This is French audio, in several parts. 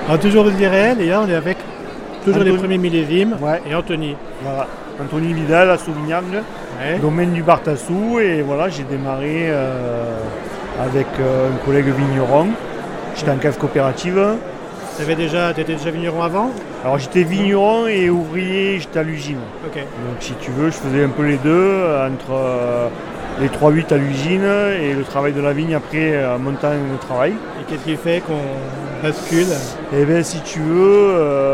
Alors, toujours le réel, et là on est avec toujours les Anthony. premiers millésimes, Ouais. et Anthony. Voilà. Anthony Vidal à Sauvignac, Ouais. domaine du Bartassou, et voilà, j'ai démarré avec un collègue vigneron. J'étais en cave coopérative. T'étais déjà vigneron avant? Alors j'étais vigneron et ouvrier, j'étais à l'usine. Ok. Donc si tu veux, je faisais un peu les deux, entre les 3-8 à l'usine et le travail de la vigne après en montant le travail. Et qu'est-ce qui fait qu'on bascule? Et bien si tu veux,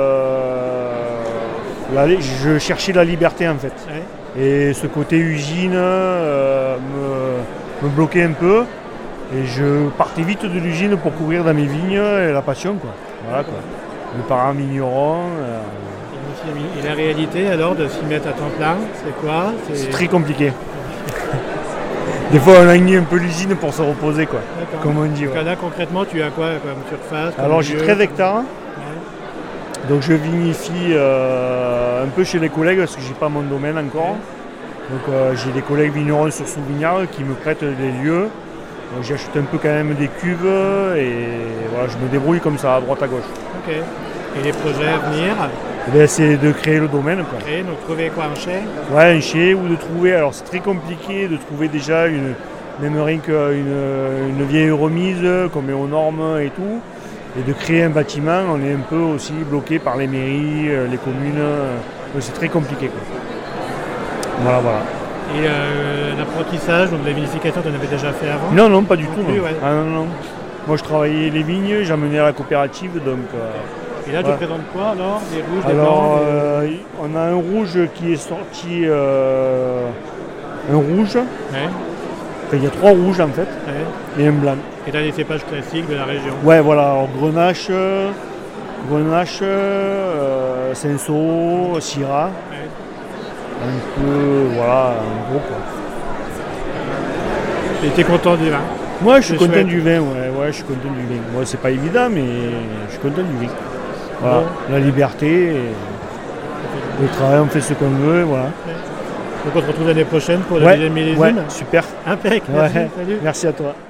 je cherchais la liberté en fait. Ouais. Et ce côté usine me bloquait un peu. Et je partais vite de l'usine pour courir dans mes vignes et la passion quoi. Voilà quoi. Mes parents vignerons. Et la réalité alors de s'y mettre à temps plein, c'est quoi? C'est très compliqué. Des fois on a un peu l'usine pour se reposer quoi. D'accord. Comme on dit. Donc Ouais. là concrètement tu as quoi comme surface? Comme Alors j'ai lieu, 13 hectares. Ouais. Donc je vinifie un peu chez les collègues parce que j'ai pas mon domaine encore. Donc j'ai des collègues vignerons sur Souvignard qui me prêtent des lieux. Donc j'achète un peu quand même des cuves et voilà, je me débrouille comme ça à droite à gauche. Ok. Et les projets à venir? Et bien, c'est de créer le domaine quoi. Créer, donc trouver quoi, un chai? Ouais, un chai ou de trouver, alors c'est très compliqué de trouver déjà même rien qu'une vieille remise qu'on met aux normes et tout. Et de créer un bâtiment, on est un peu aussi bloqué par les mairies, les communes. Donc c'est très compliqué quoi. Voilà. Et l'apprentissage, donc la vinification, tu en avais déjà fait avant? Non, pas du tout. plus, Non. ouais. Ah, non. Moi je travaillais les vignes, j'amenais à la coopérative donc. Et là, tu Ouais. présentes quoi alors? Des rouges, des Alors, blancs? on a un rouge qui est sorti, un rouge. Ouais, Enfin, il y a 3 rouges en fait, ouais. et un blanc. Et là, les cépages classiques de la région. Ouais, voilà, alors Grenache, Cinsault, Syrah, Ouais. un peu, voilà, en gros quoi. Et t'es content du vin? Moi, je suis C'est content chouette. du vin, ouais, je suis content du vin. Moi, c'est pas évident, mais je suis content du vin. Voilà, Bon. la liberté, et le travail, on fait ce qu'on veut, voilà. Donc on se retrouve l'année prochaine pour le Ouais, deuxième millésime. ouais, super. Impec, Ouais. merci, salut. Merci à toi.